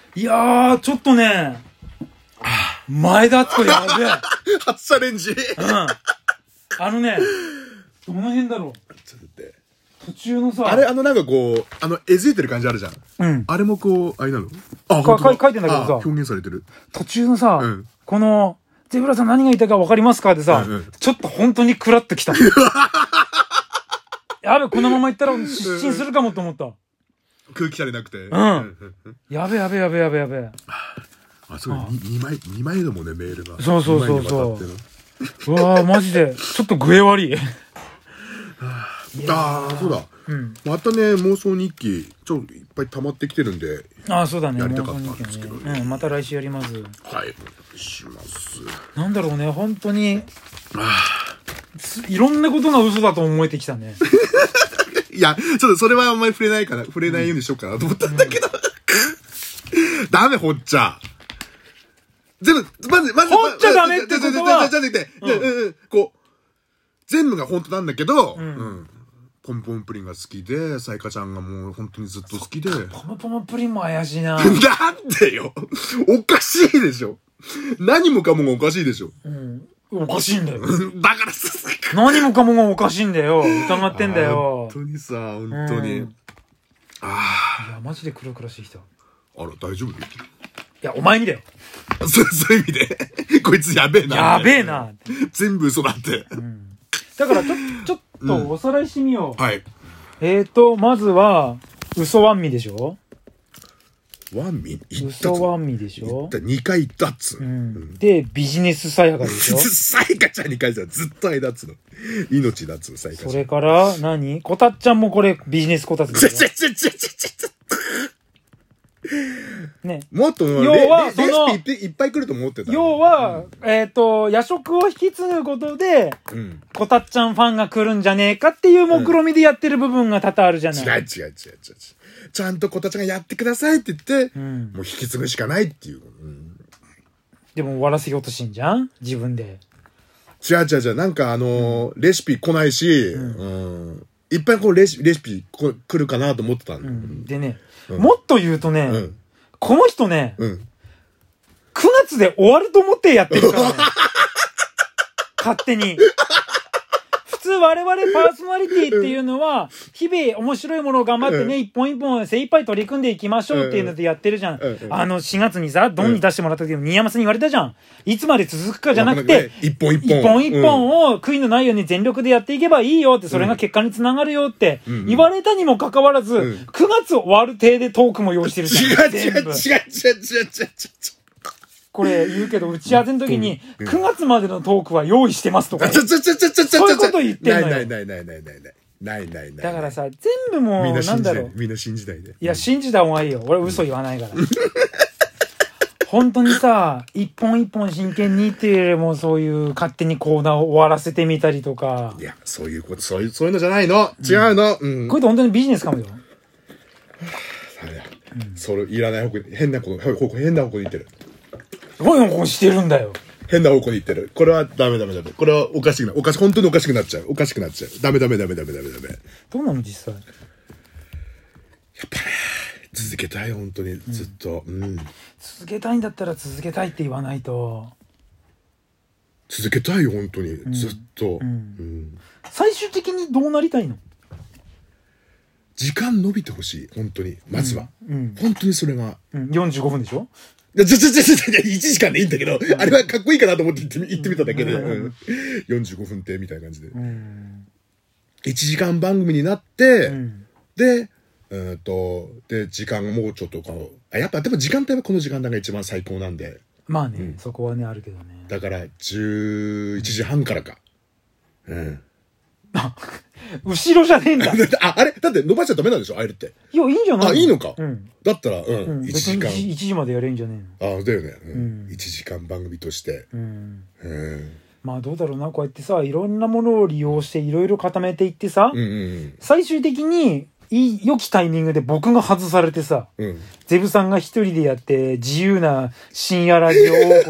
いやー、ちょっとね、前田敦子やべえ。 初チャレンジ。 うん。どの辺だろう。 ちょっと待って。 途中のさ。 あれ、なんかこう、えずいてる感じあるじゃん。 うん。 あれもこう、あれなの？あ、 書いてんだけどさ。 表現されてる。 途中のさ、 うん、 この、ゼブラさん何が言いたいか分かりますかってさ、うんうん、ちょっと本当にクラッときた。やべ、このまま行ったら失神するかもと思った。 空気されなくて。 うん。やべ。あ、 そう、2枚だもんね、メールが。 そう。うわー、マジで、ちょっと具合悪い。 ああ、そうだ。うん。またね、妄想日記、ちょっといっぱい溜まってきてるんで。 ああ、そうだね。 やりたかったんですけどね。 うん、また来週やります。 はい、お願いします。 なんだろうね、本当に。いろんなことが嘘だと思えてきたね。 いや、ちょっとそれはあんまり触れないようにしようかなと思ったんだけど。ダメ、ほっちゃ。全部、まず、 ほっちゃダメってことは。 こう、全部が本当なんだけど、ポンポンプリンが好きで、サイカちゃんがもう本当にずっと好きで。 ポンポンプリンも怪しいな。 なんでよ。おかしいでしょ。何もかもがおかしいでしょ。 おかしいんだよ。 だからさ、 何もかもがおかしいんだよ。疑ってんだよ。 本当にさ、本当に。 いや、マジで黒々しい人。 あら、大丈夫？いや、お前にだよ。 そういう意味で。こいつやべえな。 やべえな。 全部嘘だって。 だから、ちょっとおさらいしてみよう。 はい。 まずは、嘘ワンミでしょ？ ワンミ？ 嘘ワンミでしょ ？2回言ったっつ。 で、ビジネスサイハカでしょ？ サイカちゃんに関してはずっと間っつの。命だっつの、サイカちゃん。 それから、コタッちゃんもこれ、ビジネスコタツでしょ？ね。 もっと、 要は、 レシピいっぱい来ると思ってた。 要は、夜食を引き継ぐことで、コタッちゃんファンが来るんじゃねえかっていう目論見でやってる部分が多々あるじゃない。 違う。ちゃんとコタちゃんがやってくださいって言って、もう引き継ぐしかないっていう。 でも終わらせようとしんじゃん自分で。 違う。なんかレシピ来ないし、いっぱいこうレシピ来るかなと思ってたの。 でね、もっと言うとね、この人ね、9月で終わると思ってやってるからね。勝手に。普通我々パーソナリティっていうのは、日々面白いものを頑張ってね、一本一本精一杯取り組んでいきましょうっていうのでやってるじゃん。4月にさ、ドンに出してもらった時に新山さんに言われたじゃん。いつまで続くかじゃなくて、 一本一本を悔いのないように全力でやっていけばいいよって、それが結果につながるよって言われたにもかかわらず、9月終わる体でトークも用意してるじゃん。 違う。 これ言うけど、打ち合わせの時に、9月までのトークは用意してますとか。そういうこと言ってんのよ。 ない。 だからさ、全部もう、なんだろう。 みんな信じないで。 いや、信じた方がいいよ。俺嘘言わないから。本当にさ、一本一本真剣にっていうよりも、そういう勝手にコーナーを終わらせてみたりとか。 いや、そういうのじゃないの。違うの。 これって本当にビジネスかもよ。 それ、いらない方向に、変な方向に行ってる。 どういうことしてるんだよ。 変な方向に行ってる。これはダメ。これは本当におかしくなっちゃう。ダメ。どうなの実際。 やっぱね、続けたい、本当に、ずっと。 続けたいんだったら続けたいって言わないと。 続けたいよ、本当に。ずっと。 最終的にどうなりたいの？ 時間伸びてほしい、本当に。まずは。本当にそれが。 45分でしょ 1時間でいいんだけど、あれはかっこいいかなと思って言ってみただけで、45分ってみたいな感じで。1時間番組になって、で、時間もうちょっとやっぱでも時間帯はこの時間帯が一番最高なんで。 まあね、そこはね、あるけどね。 だから、11時半からか。 後ろじゃねえんだ。 あれだって伸ばしちゃダメなんでしょあれって。 いや、いいんじゃない？ いいのか。だったら、1時間。 1時までやれんじゃねえの。だよね。1時間番組として。 まあどうだろうな、こうやってさ、いろんなものを利用していろいろ固めていってさ、最終的に良きタイミングで僕が外されてさ、ゼブさんが一人でやって自由な深夜ラジオ王国が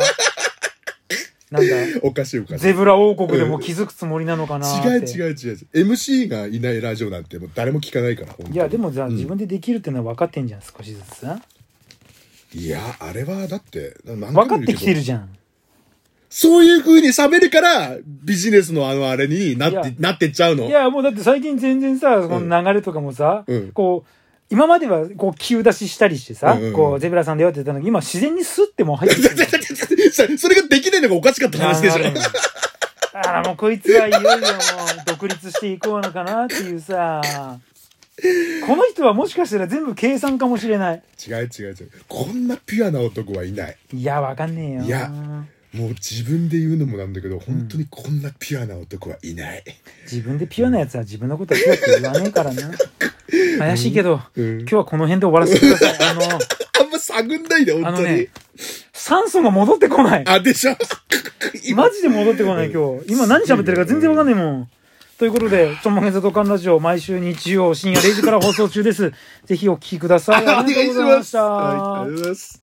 なんだおかしい。 ゼブラ王国でも気づくつもりなのかなって。 違う。MC がいないラジオなんてもう誰も聞かないから。 いや、でもじゃあ自分でできるってのは分かってんじゃん、少しずつさ。 いや、あれはだって、 分かってきてるじゃん。 そういう風に喋るから、ビジネスのあれになってっちゃうの。 いや、もうだって最近全然さ、この流れとかもさ、こう、今まではこう、急出ししたりしてさ、こう、ゼブラさんだよって言ったのに、今自然にスッてもう入ってきてる。 それができないのがおかしかった話でしょ。 もうこいつはいよいよもう独立していこうのかなっていうさ、この人はもしかしたら全部計算かもしれない。 違う。こんなピュアな男はいない。 いや、わかんねえよ。 いや。もう自分で言うのもなんだけど、本当にこんなピュアな男はいない。 自分でピュアなやつは自分のことはピュアって言わねえからな。怪しいけど、今日はこの辺で終わらせてください。 あんま探んないで、本当に。 酸素が戻ってこない。 でしょマジで戻ってこない、今日。今何喋ってるか全然わかんないもん。ということで、ちょんまげざとかんラジオ、毎週日曜深夜0時から放送中です。ぜひお聞きください。 ありがとうございました。ありがとうございます。